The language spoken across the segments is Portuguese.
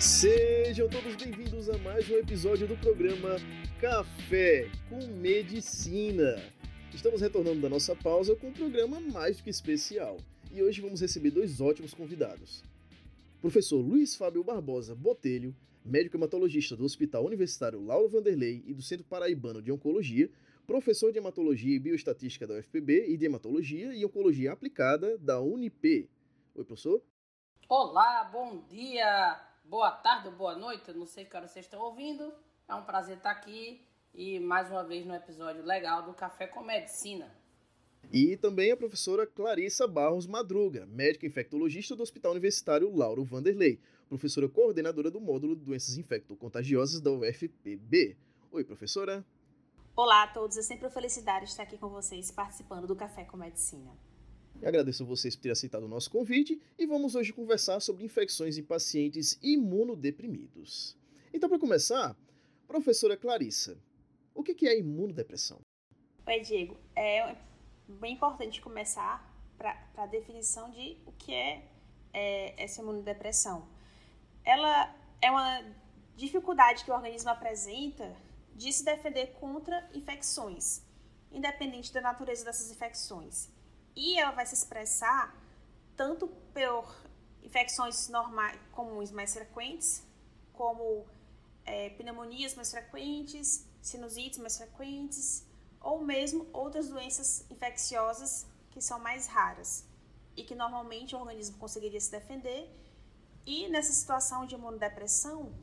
Sejam todos bem-vindos a mais um episódio do programa Café com Medicina. Estamos retornando da nossa pausa com um programa mais do que especial. E hoje vamos receber dois ótimos convidados. Professor Luiz Fábio Barbosa Botelho, médico hematologista do Hospital Universitário Lauro Vanderlei e do Centro Paraibano de Oncologia, professor de Hematologia e Bioestatística da UFPB e de Hematologia e Oncologia Aplicada da UniP. Oi, professor. Olá, bom dia, boa tarde ou boa noite, eu não sei que hora vocês estão ouvindo. É um prazer estar aqui e mais uma vez no episódio legal do Café com Medicina. E também a professora Clarissa Barros Madruga, médica infectologista do Hospital Universitário Lauro Vanderlei, professora coordenadora do módulo de doenças infecto-contagiosas da UFPB. Oi, professora. Olá a todos, é sempre uma felicidade estar aqui com vocês participando do Café com Medicina. Eu agradeço a vocês por terem aceitado o nosso convite e vamos hoje conversar sobre infecções em pacientes imunodeprimidos. Então, para começar, professora Clarissa, o que é imunodepressão? Oi, Diego. É bem importante começar para a definição de o que é essa imunodepressão. Ela é uma dificuldade que o organismo apresenta de se defender contra infecções, independente da natureza dessas infecções. E ela vai se expressar tanto por infecções normais, comuns mais frequentes, como pneumonias mais frequentes, sinusites mais frequentes, ou mesmo outras doenças infecciosas que são mais raras e que normalmente o organismo conseguiria se defender. E nessa situação de imunodepressão,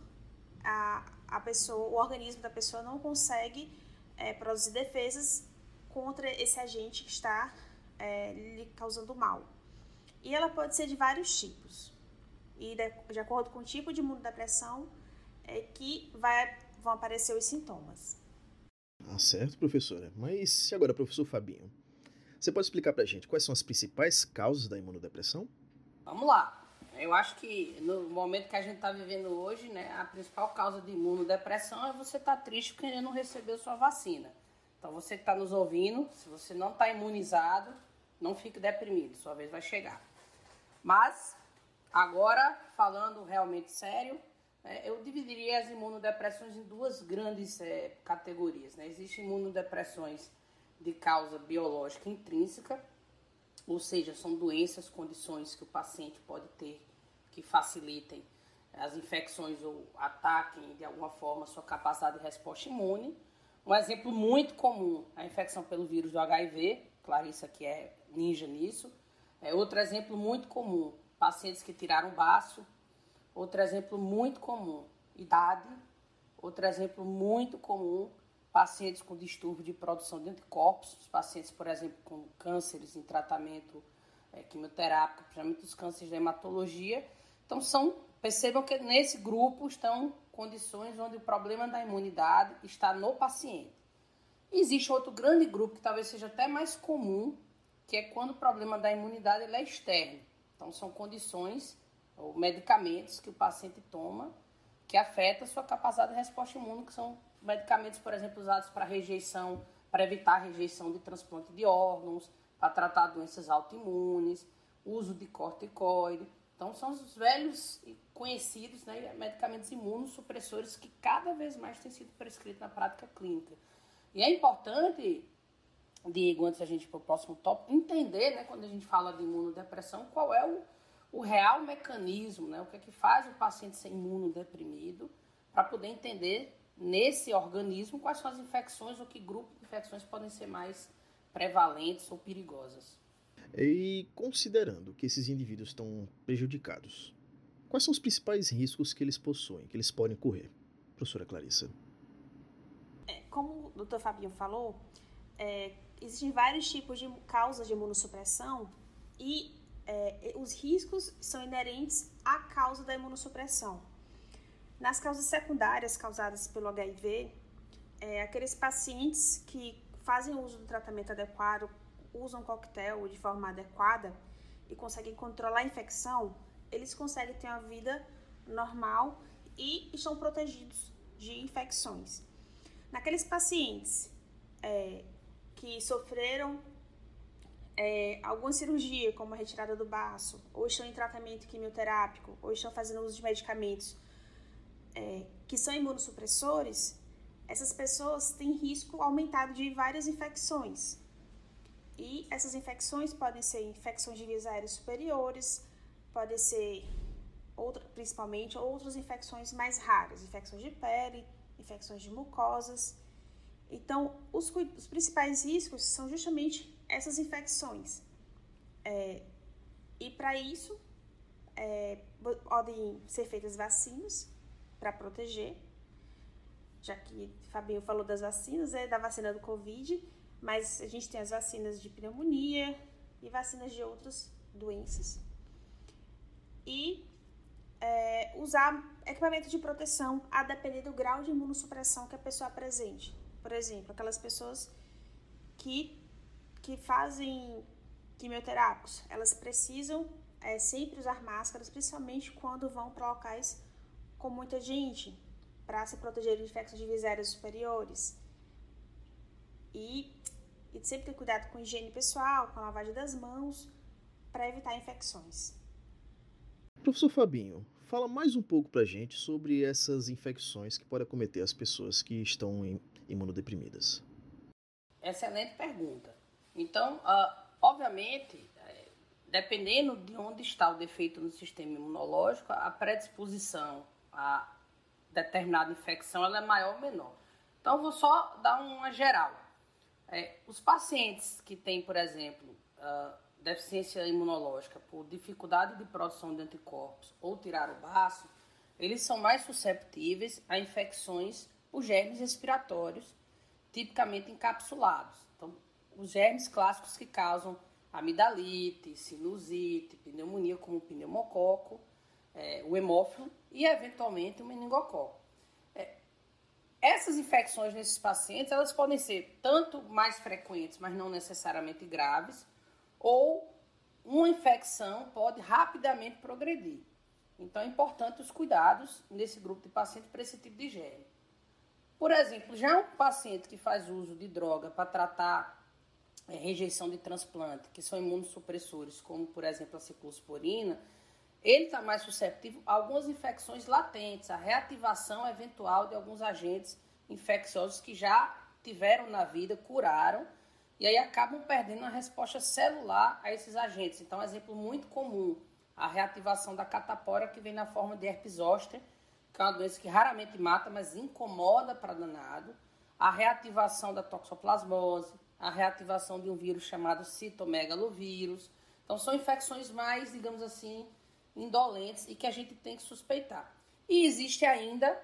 o organismo da pessoa não consegue produzir defesas contra esse agente que está lhe causando mal. E ela pode ser de vários tipos. E de acordo com o tipo de imunodepressão que vão aparecer os sintomas. Certo, professora. Mas e agora, professor Fabinho? Você pode explicar pra gente quais são as principais causas da imunodepressão? Vamos lá. Eu acho que no momento que a gente está vivendo hoje, né, a principal causa de imunodepressão é você estar triste porque ainda não recebeu sua vacina. Então, você que está nos ouvindo, se você não está imunizado, não fique deprimido, sua vez vai chegar. Mas, agora, falando realmente sério, eu dividiria as imunodepressões em duas grandes categorias. Né? Existem imunodepressões de causa biológica intrínseca, ou seja, são doenças, condições que o paciente pode ter que facilitem as infecções ou ataquem de alguma forma a sua capacidade de resposta imune. Um exemplo muito comum é a infecção pelo vírus do HIV, Clarissa que é ninja nisso. Outro exemplo muito comum, pacientes que tiraram o baço. Outro exemplo muito comum, idade. Outro exemplo muito comum, pacientes com distúrbio de produção de anticorpos, pacientes, por exemplo, com cânceres em tratamento quimioterápico, principalmente os cânceres da hematologia. Então, percebam que nesse grupo estão condições onde o problema da imunidade está no paciente. Existe outro grande grupo que talvez seja até mais comum, que é quando o problema da imunidade ele é externo. Então, são condições ou medicamentos que o paciente toma que afetam a sua capacidade de resposta imune, que são medicamentos, por exemplo, usados para rejeição, para evitar a rejeição de transplante de órgãos, para tratar doenças autoimunes, uso de corticoide. Então, são os velhos e conhecidos, né, medicamentos imunossupressores que cada vez mais têm sido prescritos na prática clínica. E é importante, Diego, antes da gente ir para o próximo tópico, entender, né, quando a gente fala de imunodepressão, qual é o real mecanismo, né, o que é que faz o paciente ser imunodeprimido, para poder entender nesse organismo quais são as infecções ou que grupo de infecções podem ser mais prevalentes ou perigosas. E considerando que esses indivíduos estão prejudicados, quais são os principais riscos que eles possuem, que eles podem correr? Professora Clarissa. Como o Dr. Fabinho falou, existem vários tipos de causas de imunossupressão e os riscos são inerentes à causa da imunossupressão. Nas causas secundárias causadas pelo HIV, aqueles pacientes que fazem uso do tratamento adequado, usam coquetel de forma adequada e conseguem controlar a infecção, eles conseguem ter uma vida normal e estão protegidos de infecções. Naqueles pacientes que sofreram alguma cirurgia, como a retirada do baço, ou estão em tratamento quimioterápico, ou estão fazendo uso de medicamentos que são imunossupressores, essas pessoas têm risco aumentado de várias infecções. E essas infecções podem ser infecções de vias aéreas superiores, podem ser, principalmente, outras infecções mais raras, infecções de pele, infecções de mucosas. Então, os principais riscos são justamente essas infecções. E para isso, podem ser feitas vacinas para proteger, já que Fabinho falou das vacinas, da vacina do Covid, mas a gente tem as vacinas de pneumonia e vacinas de outras doenças. E usar equipamento de proteção a depender do grau de imunossupressão que a pessoa apresente. Por exemplo, aquelas pessoas que fazem quimioterápicos, elas precisam sempre usar máscaras, principalmente quando vão para locais com muita gente, para se proteger de infecções de vias aéreas superiores. E sempre ter cuidado com higiene pessoal, com a lavagem das mãos, para evitar infecções. Professor Fabinho, fala mais um pouco pra gente sobre essas infecções que podem acometer as pessoas que estão imunodeprimidas. Excelente pergunta. Então, obviamente, dependendo de onde está o defeito no sistema imunológico, a predisposição a determinada infecção ela é maior ou menor. Então, eu vou só dar uma geral. Os pacientes que têm, por exemplo, deficiência imunológica por dificuldade de produção de anticorpos ou tirar o baço, eles são mais susceptíveis a infecções por germes respiratórios, tipicamente encapsulados. Então, os germes clássicos que causam amidalite, sinusite, pneumonia, como o pneumococo, o hemófilo e, eventualmente, o meningococo. Essas infecções nesses pacientes, elas podem ser tanto mais frequentes, mas não necessariamente graves, ou uma infecção pode rapidamente progredir. Então, é importante os cuidados nesse grupo de pacientes para esse tipo de germe. Por exemplo, já um paciente que faz uso de droga para tratar rejeição de transplante, que são imunossupressores, como, por exemplo, a ciclosporina, ele está mais susceptível a algumas infecções latentes, a reativação eventual de alguns agentes infecciosos que já tiveram na vida, curaram, e aí acabam perdendo a resposta celular a esses agentes. Então, um exemplo muito comum, a reativação da catapora, que vem na forma de herpes zoster, que é uma doença que raramente mata, mas incomoda para danado, a reativação da toxoplasmose, a reativação de um vírus chamado citomegalovírus. Então, são infecções mais, digamos assim, indolentes e que a gente tem que suspeitar. E existe ainda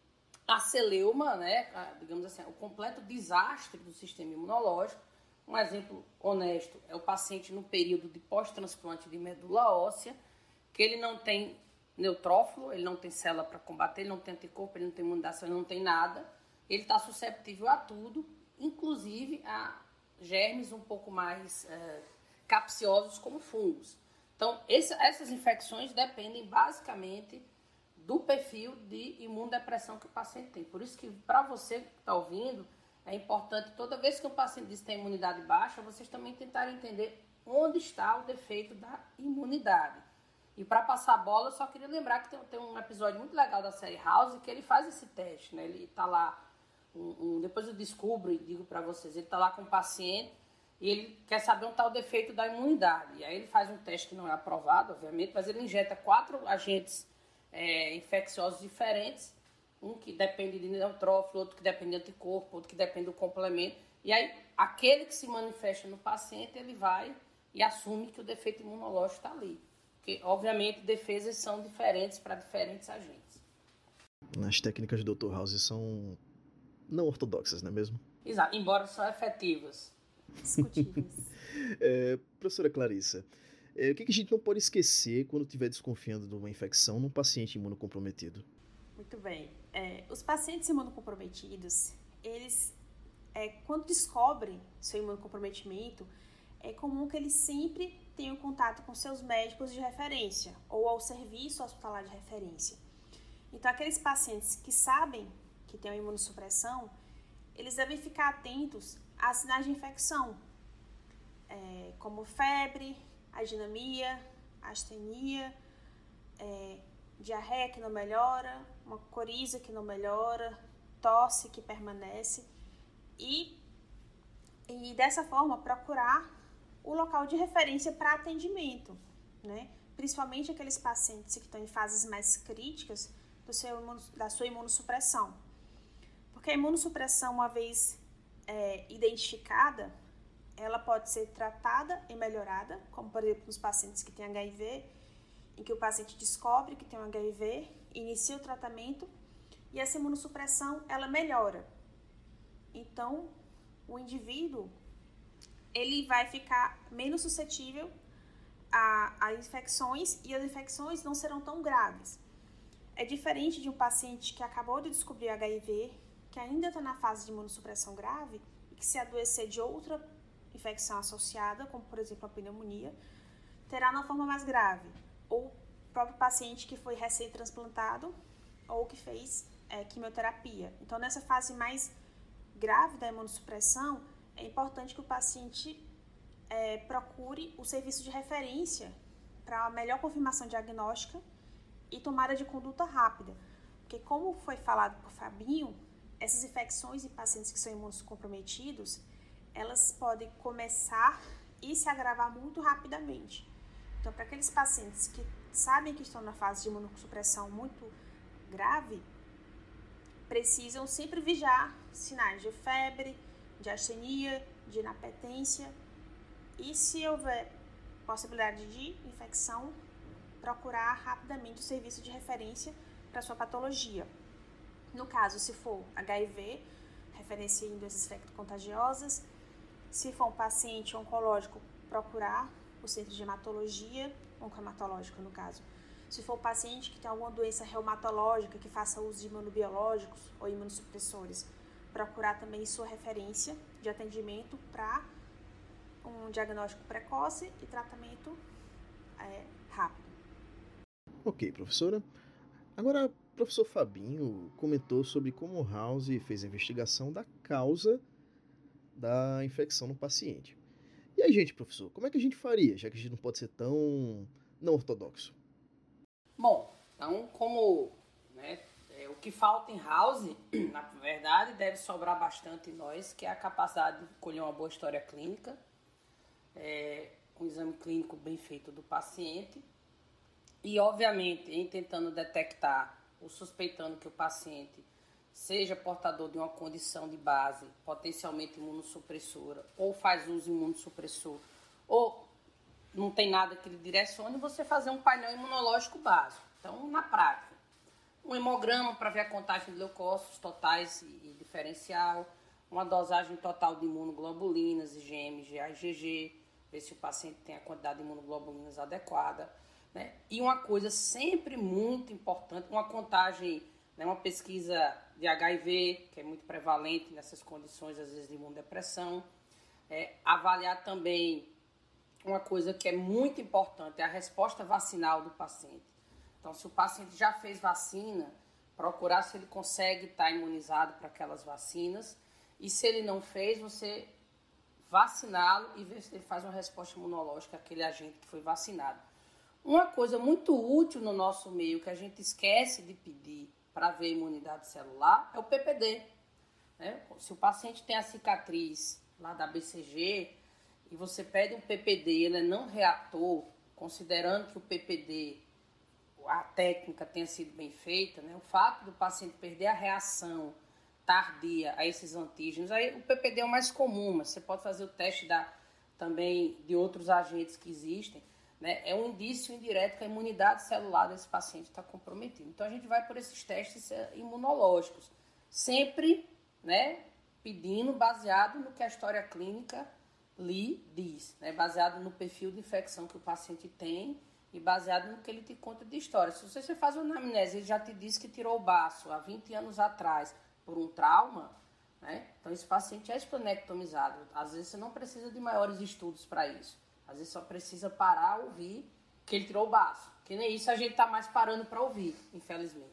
a celeuma, digamos assim, o completo desastre do sistema imunológico. Um exemplo honesto é o paciente no período de pós-transplante de medula óssea, que ele não tem neutrófilo, ele não tem célula para combater, ele não tem anticorpo, ele não tem imunização, ele não tem nada. Ele está susceptível a tudo, inclusive a germes um pouco mais capciosos como fungos. Então, essas infecções dependem basicamente do perfil de imunodepressão que o paciente tem. Por isso que, para você que está ouvindo, é importante, toda vez que o paciente diz que tem imunidade baixa, vocês também tentarem entender onde está o defeito da imunidade. E para passar a bola, eu só queria lembrar que tem um episódio muito legal da série House que ele faz esse teste, né? Ele está lá, depois eu descubro e digo para vocês, ele está lá com o paciente e ele quer saber onde está o defeito da imunidade. E aí ele faz um teste que não é aprovado, obviamente, mas ele injeta 4 agentes infecciosos diferentes, um que depende de neutrófilo, outro que depende de anticorpo, outro que depende do complemento. E aí, aquele que se manifesta no paciente, ele vai e assume que o defeito imunológico está ali. Porque, obviamente, defesas são diferentes para diferentes agentes. As técnicas do Dr. House são não ortodoxas, não é mesmo? Exato, embora são efetivas. Discutíveis. Professora Clarissa, o que a gente não pode esquecer quando estiver desconfiando de uma infecção num paciente imunocomprometido? Muito bem. Os pacientes imunocomprometidos, eles, quando descobrem seu imunocomprometimento, é comum que eles sempre tenham contato com seus médicos de referência ou ao serviço hospitalar de referência. Então, aqueles pacientes que sabem que têm uma imunossupressão, eles devem ficar atentos a sinais de infecção, como febre, aginamia, astenia, diarreia que não melhora, uma coriza que não melhora, tosse que permanece e dessa forma procurar o local de referência para atendimento, né? Principalmente aqueles pacientes que estão em fases mais críticas da sua imunossupressão. Porque a imunossupressão, uma vez identificada, ela pode ser tratada e melhorada, como por exemplo nos pacientes que têm HIV, em que o paciente descobre que tem um HIV, inicia o tratamento e essa imunossupressão ela melhora. Então, o indivíduo ele vai ficar menos suscetível a infecções e as infecções não serão tão graves. É diferente de um paciente que acabou de descobrir HIV, que ainda está na fase de imunossupressão grave e que se adoecer de outra infecção associada, como por exemplo a pneumonia, terá uma forma mais grave. Ou o próprio paciente que foi recém-transplantado ou que fez quimioterapia. Então, nessa fase mais grave da imunossupressão, é importante que o paciente procure o serviço de referência para a melhor confirmação diagnóstica e tomada de conduta rápida. Porque, como foi falado por Fabinho, essas infecções em pacientes que são imunocomprometidos, elas podem começar e se agravar muito rapidamente. Então, para aqueles pacientes que sabem que estão na fase de imunossupressão muito grave, precisam sempre vigiar sinais de febre, de astenia, de inapetência e, se houver possibilidade de infecção, procurar rapidamente o serviço de referência para sua patologia. No caso, se for HIV, referência em doenças infecto-contagiosas. Se for um paciente oncológico, procurar o centro de hematologia, oncohematológico no caso. Se for um paciente que tem alguma doença reumatológica que faça uso de imunobiológicos ou imunossupressores, procurar também sua referência de atendimento para um diagnóstico precoce e tratamento rápido. Ok, professora. Agora, o professor Fabinho comentou sobre como o House fez a investigação da causa da infecção no paciente. E a gente, professor, como é que a gente faria, já que a gente não pode ser tão não ortodoxo? Bom, então, como o que falta em House, na verdade, deve sobrar bastante em nós, que é a capacidade de colher uma boa história clínica, um exame clínico bem feito do paciente e, obviamente, em tentando detectar ou suspeitando que o paciente seja portador de uma condição de base potencialmente imunossupressora ou faz uso imunossupressor ou não tem nada que lhe direcione, você fazer um painel imunológico básico. Então, na prática, um hemograma para ver a contagem de leucócitos totais e diferencial, uma dosagem total de imunoglobulinas, IgM, IgA e IgG, ver se o paciente tem a quantidade de imunoglobulinas adequada, né? E uma coisa sempre muito importante, uma contagem, né, uma pesquisa de HIV, que é muito prevalente nessas condições, às vezes, de imunodepressão. Avaliar também uma coisa que é muito importante, é a resposta vacinal do paciente. Então, se o paciente já fez vacina, procurar se ele consegue estar imunizado para aquelas vacinas. E se ele não fez, você vaciná-lo e ver se ele faz uma resposta imunológica àquele agente que foi vacinado. Uma coisa muito útil no nosso meio, que a gente esquece de pedir para ver a imunidade celular, é o PPD. Né? Se o paciente tem a cicatriz lá da BCG e você pede um PPD e ele é não reator, considerando que o PPD, a técnica tenha sido bem feita, né? O fato do paciente perder a reação tardia a esses antígenos, aí o PPD é o mais comum, mas você pode fazer o teste também de outros agentes que existem, né? É um indício indireto que a imunidade celular desse paciente está comprometida. Então, a gente vai por esses testes imunológicos, sempre, né, pedindo baseado no que a história clínica lhe diz, né, baseado no perfil de infecção que o paciente tem e baseado no que ele te conta de história. Se você faz uma anamnese, ele já te disse que tirou o baço há 20 anos atrás por um trauma, né? Então esse paciente é esplenectomizado. Às vezes você não precisa de maiores estudos para isso. Às vezes só precisa parar, ouvir que ele tirou o baço. Que nem isso a gente está mais parando para ouvir, infelizmente.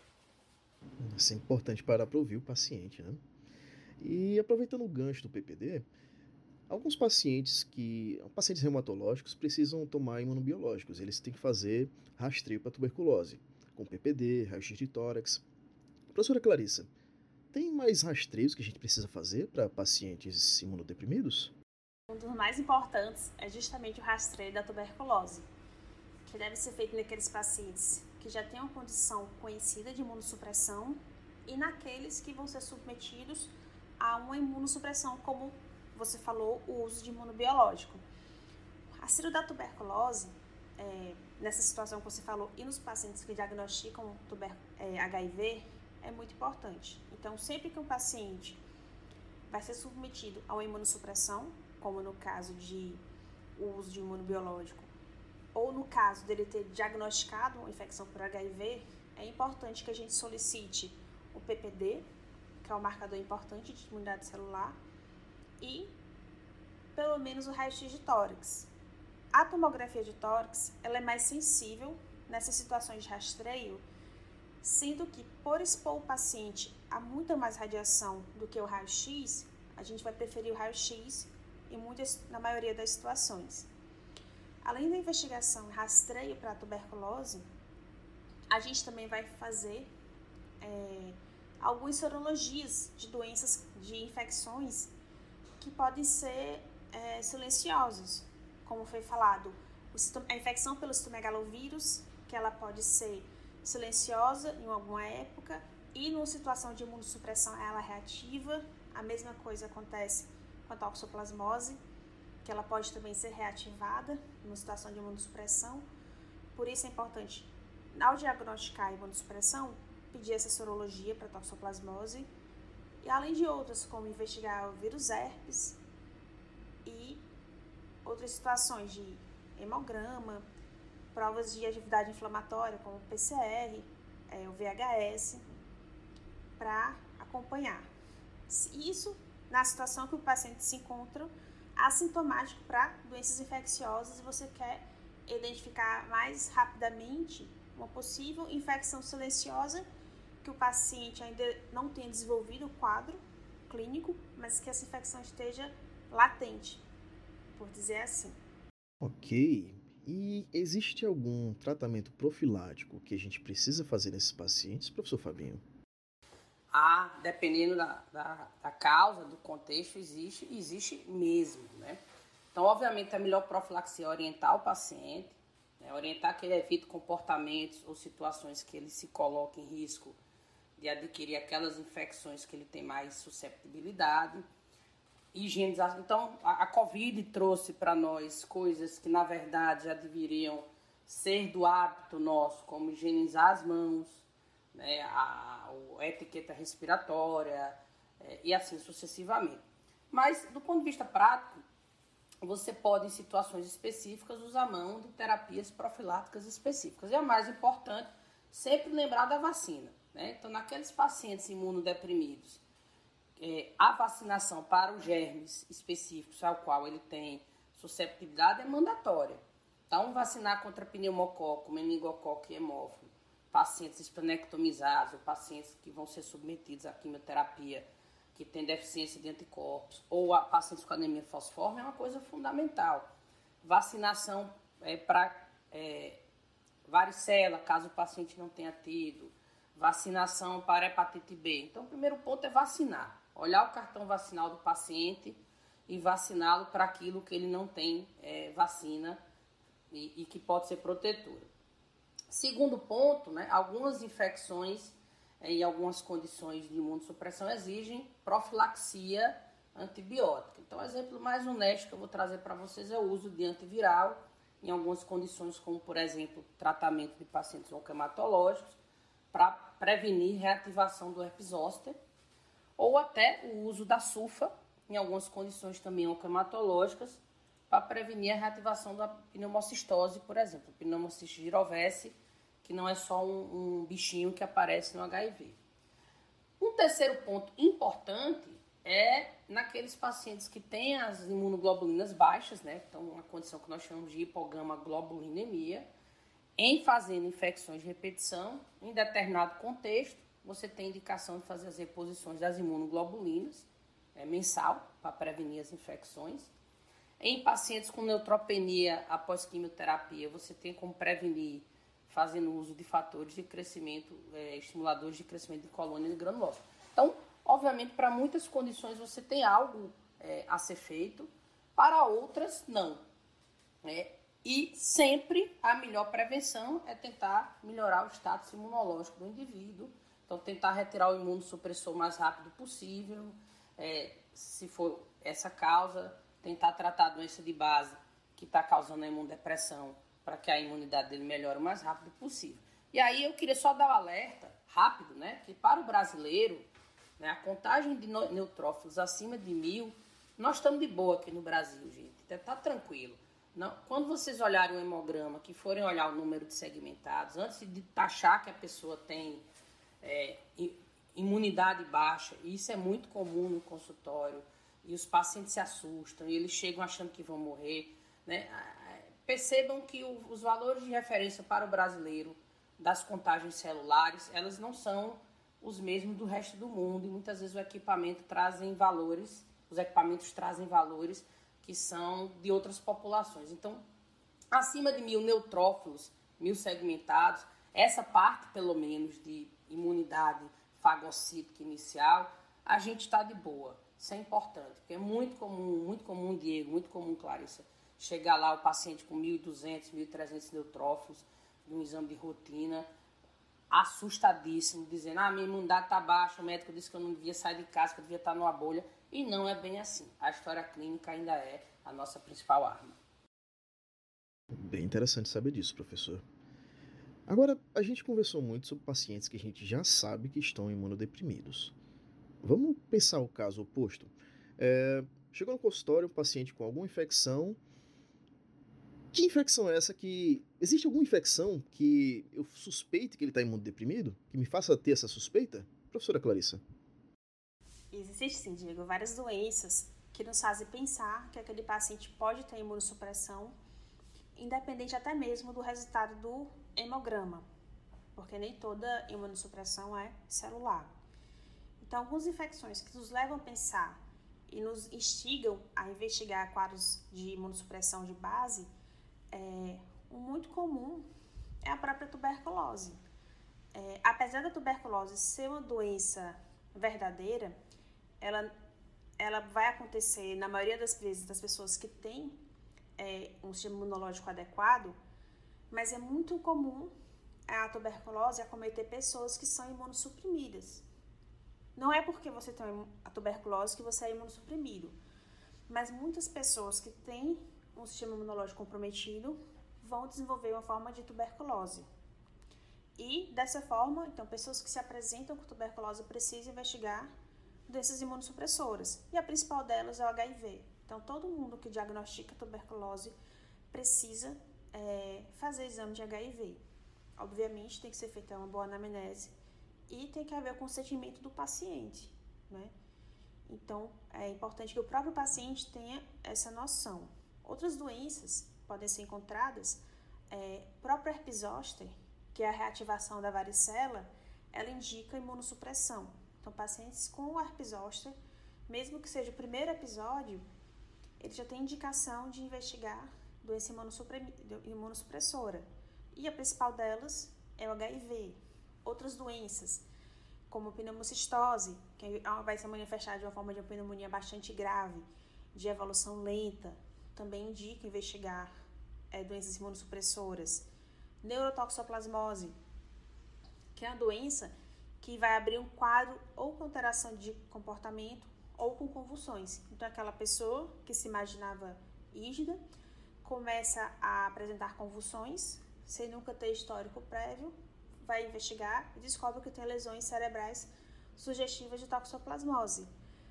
Isso é importante parar para ouvir o paciente, né? E aproveitando o gancho do PPD, alguns pacientes reumatológicos precisam tomar imunobiológicos, eles têm que fazer rastreio para tuberculose. com PPD, raio-x de tórax. Professora Clarissa, tem mais rastreios que a gente precisa fazer para pacientes imunodeprimidos? Um dos mais importantes é justamente o rastreio da tuberculose, que deve ser feito naqueles pacientes que já têm uma condição conhecida de imunossupressão e naqueles que vão ser submetidos a uma imunossupressão, como você falou, o uso de imunobiológico. O rastreio da tuberculose, nessa situação que você falou, e nos pacientes que diagnosticam HIV, é muito importante. Então, sempre que um paciente vai ser submetido a uma imunossupressão, como no caso de uso de imunobiológico, ou no caso dele ter diagnosticado uma infecção por HIV, é importante que a gente solicite o PPD, que é um marcador importante de imunidade celular, e pelo menos o raio-x de tórax. A tomografia de tórax ela é mais sensível nessas situações de rastreio, sendo que, por expor o paciente a muita mais radiação do que o raio-x, a gente vai preferir o raio-x na maioria das situações. Além da investigação e rastreio para a tuberculose, a gente também vai fazer algumas sorologias de doenças, de infecções que podem ser silenciosas, como foi falado, a infecção pelo citomegalovírus, que ela pode ser silenciosa em alguma época e numa situação de imunossupressão ela é reativa. A mesma coisa acontece com a toxoplasmose, que ela pode também ser reativada numa situação de imunossupressão. Por isso é importante, ao diagnosticar a imunossupressão, pedir essa sorologia para toxoplasmose, e além de outras, como investigar o vírus herpes e outras situações de hemograma, provas de atividade inflamatória, como o PCR, o VHS, para acompanhar. Isso na situação que o paciente se encontra assintomático para doenças infecciosas e você quer identificar mais rapidamente uma possível infecção silenciosa que o paciente ainda não tenha desenvolvido o quadro clínico, mas que essa infecção esteja latente, por dizer assim. Ok. E existe algum tratamento profilático que a gente precisa fazer nesses pacientes, professor Fabinho? Dependendo da causa, do contexto, existe mesmo, né? Então, obviamente, a melhor profilaxia é orientar o paciente, né? Orientar que ele evite comportamentos ou situações que ele se coloque em risco de adquirir aquelas infecções que ele tem mais susceptibilidade. Higienização. Então, a Covid trouxe para nós coisas que, na verdade, já deveriam ser do hábito nosso, como higienizar as mãos, né, a etiqueta respiratória e assim sucessivamente. Mas, do ponto de vista prático, você pode, em situações específicas, usar mão de terapias profiláticas específicas. E a mais importante, sempre lembrar da vacina, né? Então, naqueles pacientes imunodeprimidos, a vacinação para os germes específicos ao qual ele tem susceptibilidade é mandatória. Então, vacinar contra pneumococo, meningococo e hemófilo, pacientes esplenectomizados ou pacientes que vão ser submetidos à quimioterapia, que têm deficiência de anticorpos, ou a pacientes com anemia falciforme, é uma coisa fundamental. Vacinação para varicela, caso o paciente não tenha tido. Vacinação para hepatite B. Então, o primeiro ponto é vacinar. Olhar o cartão vacinal do paciente e vaciná-lo para aquilo que ele não tem vacina e que pode ser protetora. Segundo ponto, né, algumas infecções e algumas condições de imunossupressão exigem profilaxia antibiótica. Então, o exemplo mais honesto que eu vou trazer para vocês é o uso de antiviral em algumas condições, como, por exemplo, tratamento de pacientes oncohematológicos, para prevenir reativação do herpes zoster, ou até o uso da sulfa em algumas condições também oncohematológicas, para prevenir a reativação da pneumocistose, por exemplo, pneumociste girovese, que não é só um bichinho que aparece no HIV. Um terceiro ponto importante é naqueles pacientes que têm as imunoglobulinas baixas, né? Então, uma condição que nós chamamos de hipogama-globulinemia, em fazendo infecções de repetição, em determinado contexto, você tem indicação de fazer as reposições das imunoglobulinas, mensal, para prevenir as infecções. Em pacientes com neutropenia após quimioterapia, você tem como prevenir fazendo uso de fatores de crescimento, estimuladores de crescimento de colônia de granulosa. Então, obviamente, para muitas condições você tem algo a ser feito, para outras, não. E sempre a melhor prevenção é tentar melhorar o status imunológico do indivíduo. Então, tentar retirar o imunossupressor o mais rápido possível, se for essa causa, tentar tratar a doença de base que está causando a imunodepressão, para que a imunidade dele melhore o mais rápido possível. E aí eu queria só dar um alerta rápido, né, que para o brasileiro, né, a contagem de neutrófilos acima de 1.000, nós estamos de boa aqui no Brasil, gente, está tranquilo. Não, quando vocês olharem o hemograma, que forem olhar o número de segmentados, antes de taxar que a pessoa tem imunidade baixa, e isso é muito comum no consultório, e os pacientes se assustam, e eles chegam achando que vão morrer, né? Percebam que os valores de referência para o brasileiro das contagens celulares, elas não são os mesmos do resto do mundo, e muitas vezes os equipamentos trazem valores que são de outras populações. Então, acima de 1.000 neutrófilos, 1.000 segmentados, essa parte, pelo menos, de imunidade fagocítica inicial, a gente está de boa. Isso é importante, porque é muito comum, Diego, muito comum, Clarissa, chegar lá o paciente com 1.200, 1.300 neutrófilos, de um exame de rotina, assustadíssimo, dizendo, minha imunidade está baixa, o médico disse que eu não devia sair de casa, que eu devia estar numa bolha, e não é bem assim. A história clínica ainda é a nossa principal arma. Bem interessante saber disso, professor. Agora, a gente conversou muito sobre pacientes que a gente já sabe que estão imunodeprimidos. Vamos pensar o caso oposto. Chegou no consultório um paciente com alguma infecção. Que infecção é essa que... Existe alguma infecção que eu suspeite que ele está imunodeprimido? Que me faça ter essa suspeita? Professora Clarissa. Existe sim, Diego, várias doenças que nos fazem pensar que aquele paciente pode ter imunossupressão, independente até mesmo do resultado do hemograma, porque nem toda imunossupressão é celular. Então, algumas infecções que nos levam a pensar e nos instigam a investigar quadros de imunossupressão de base, o muito comum é a própria tuberculose. Apesar da tuberculose ser uma doença verdadeira, ela vai acontecer, na maioria das vezes, das pessoas que têm um sistema imunológico adequado, mas é muito comum a tuberculose acometer pessoas que são imunossuprimidas. Não é porque você tem a tuberculose que você é imunossuprimido, mas muitas pessoas que têm um sistema imunológico comprometido vão desenvolver uma forma de tuberculose. E, dessa forma, então, pessoas que se apresentam com tuberculose precisam investigar doenças imunossupressoras. E a principal delas é o HIV. Então, todo mundo que diagnostica tuberculose precisa fazer exame de HIV. Obviamente, tem que ser feita uma boa anamnese e tem que haver o consentimento do paciente, né? Então, é importante que o próprio paciente tenha essa noção. Outras doenças podem ser encontradas, próprio herpes zoster, que é a reativação da varicela, ela indica imunossupressão. Então, pacientes com herpes zoster, mesmo que seja o primeiro episódio, ele já tem indicação de investigar doença imunossupressora. E a principal delas é o HIV. Outras doenças, como pneumocistose, que vai se manifestar de uma forma de uma pneumonia bastante grave, de evolução lenta, também indica investigar doenças imunossupressoras. Neurotoxoplasmose, que é uma doença que vai abrir um quadro ou com alteração de comportamento ou com convulsões. Então, aquela pessoa que se imaginava rígida começa a apresentar convulsões, sem nunca ter histórico prévio, vai investigar e descobre que tem lesões cerebrais sugestivas de toxoplasmose.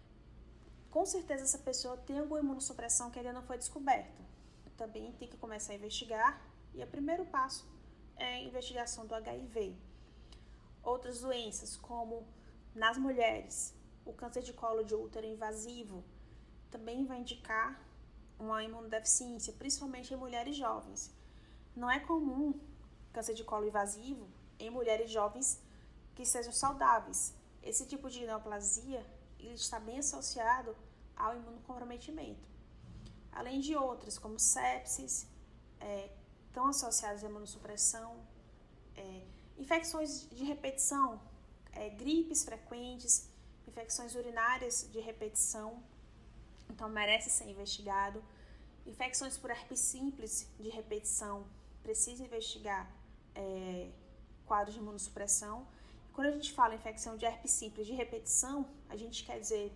Com certeza essa pessoa tem alguma imunossupressão que ainda não foi descoberta. Também tem que começar a investigar e o primeiro passo é a investigação do HIV. Outras doenças, como nas mulheres, o câncer de colo de útero invasivo, também vai indicar uma imunodeficiência, principalmente em mulheres jovens. Não é comum câncer de colo invasivo em mulheres jovens que sejam saudáveis. Esse tipo de neoplasia ele está bem associado ao imunocomprometimento. Além de outras, como sepsis, estão associadas à imunossupressão, Infecções de repetição, gripes frequentes, infecções urinárias de repetição, então merece ser investigado. Infecções por herpes simples de repetição, precisa investigar quadros de imunossupressão. Quando a gente fala infecção de herpes simples de repetição, a gente quer dizer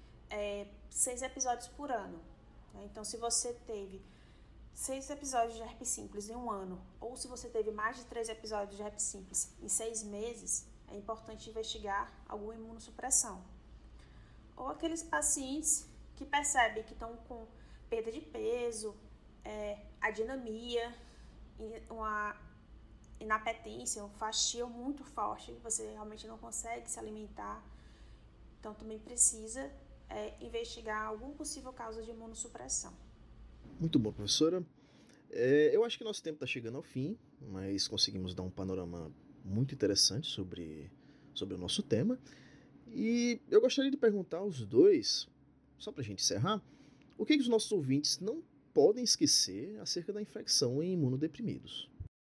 6 episódios por ano. Né? Então, se você teve 6 episódios de herpes simples em um ano, ou se você teve mais de 3 episódios de herpes simples em 6 meses, é importante investigar alguma imunossupressão. Ou aqueles pacientes que percebem que estão com perda de peso, adinamia, uma inapetência, um fastio muito forte, você realmente não consegue se alimentar. Então, também precisa investigar algum possível causa de imunossupressão. Muito bom, professora. Eu acho que nosso tempo está chegando ao fim, mas conseguimos dar um panorama muito interessante sobre o nosso tema. E eu gostaria de perguntar aos dois, só para a gente encerrar, o que os nossos ouvintes não podem esquecer acerca da infecção em imunodeprimidos?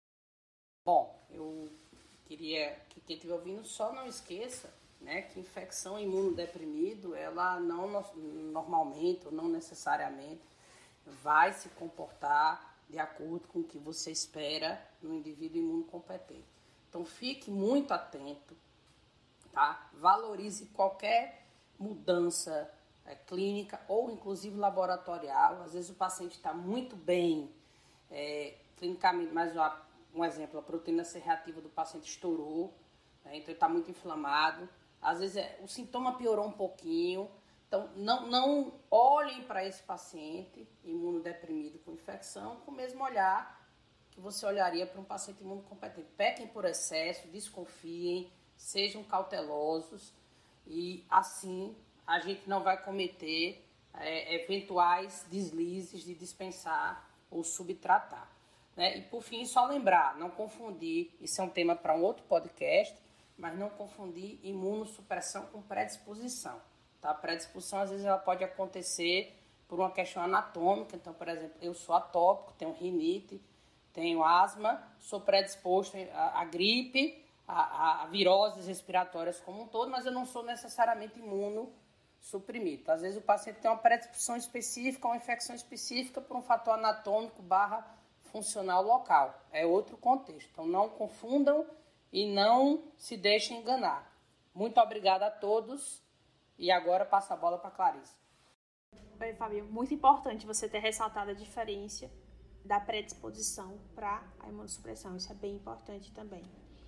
Bom, eu queria que quem estiver ouvindo só não esqueça, né, que infecção em imunodeprimido, ela não normalmente ou não necessariamente vai se comportar de acordo com o que você espera no indivíduo imunocompetente. Então, fique muito atento, tá? Valorize qualquer mudança clínica ou, inclusive, laboratorial. Às vezes, o paciente está muito bem clinicamente, mas um exemplo, a proteína C reativa do paciente estourou, né? Então, ele está muito inflamado. Às vezes, o sintoma piorou um pouquinho. Então, não olhem para esse paciente imunodeprimido com infecção com o mesmo olhar que você olharia para um paciente imunocompetente. Pequem por excesso, desconfiem, sejam cautelosos e, assim, a gente não vai cometer eventuais deslizes de dispensar ou subtratar. Né? E, por fim, só lembrar, não confundir, isso é um tema para um outro podcast, mas não confundir imunossupressão com predisposição. Tá? A predisposição, às vezes, ela pode acontecer por uma questão anatômica. Então, por exemplo, eu sou atópico, tenho rinite, tenho asma, sou predisposto à gripe, a viroses respiratórias como um todo, mas eu não sou necessariamente imunossuprimido. Então, às vezes, o paciente tem uma predisposição específica, uma infecção específica por um fator anatômico / funcional local. É outro contexto. Então, não confundam e não se deixem enganar. Muito obrigada a todos. E agora passa a bola para a Clarice. Oi, Fábio. Muito importante você ter ressaltado a diferença da predisposição para a imunossupressão. Isso é bem importante também.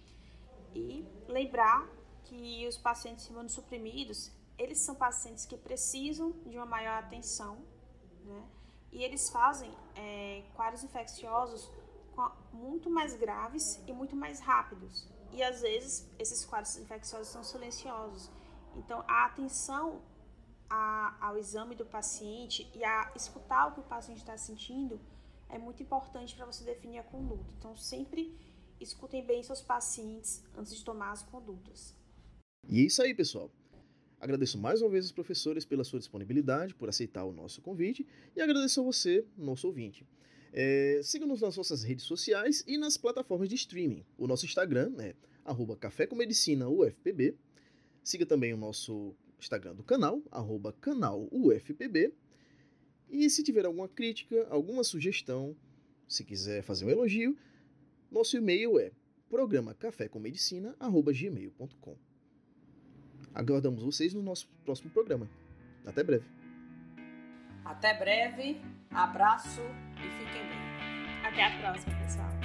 E lembrar que os pacientes imunossuprimidos, eles são pacientes que precisam de uma maior atenção, né? E eles fazem quadros infecciosos muito mais graves e muito mais rápidos. E às vezes esses quadros infecciosos são silenciosos. Então, a atenção ao exame do paciente e a escutar o que o paciente está sentindo é muito importante para você definir a conduta. Então, sempre escutem bem seus pacientes antes de tomar as condutas. E é isso aí, pessoal. Agradeço mais uma vez aos professores pela sua disponibilidade, por aceitar o nosso convite, e agradeço a você, nosso ouvinte. Siga-nos nas nossas redes sociais e nas plataformas de streaming. O nosso Instagram é @cafécommedicinaufpb. Siga também o nosso Instagram do canal, @canalufpb. E se tiver alguma crítica, alguma sugestão, se quiser fazer um elogio, nosso e-mail é programacafécommedicina@gmail.com. Aguardamos vocês no nosso próximo programa. Até breve. Até breve, abraço e fiquem bem. Até a próxima, pessoal.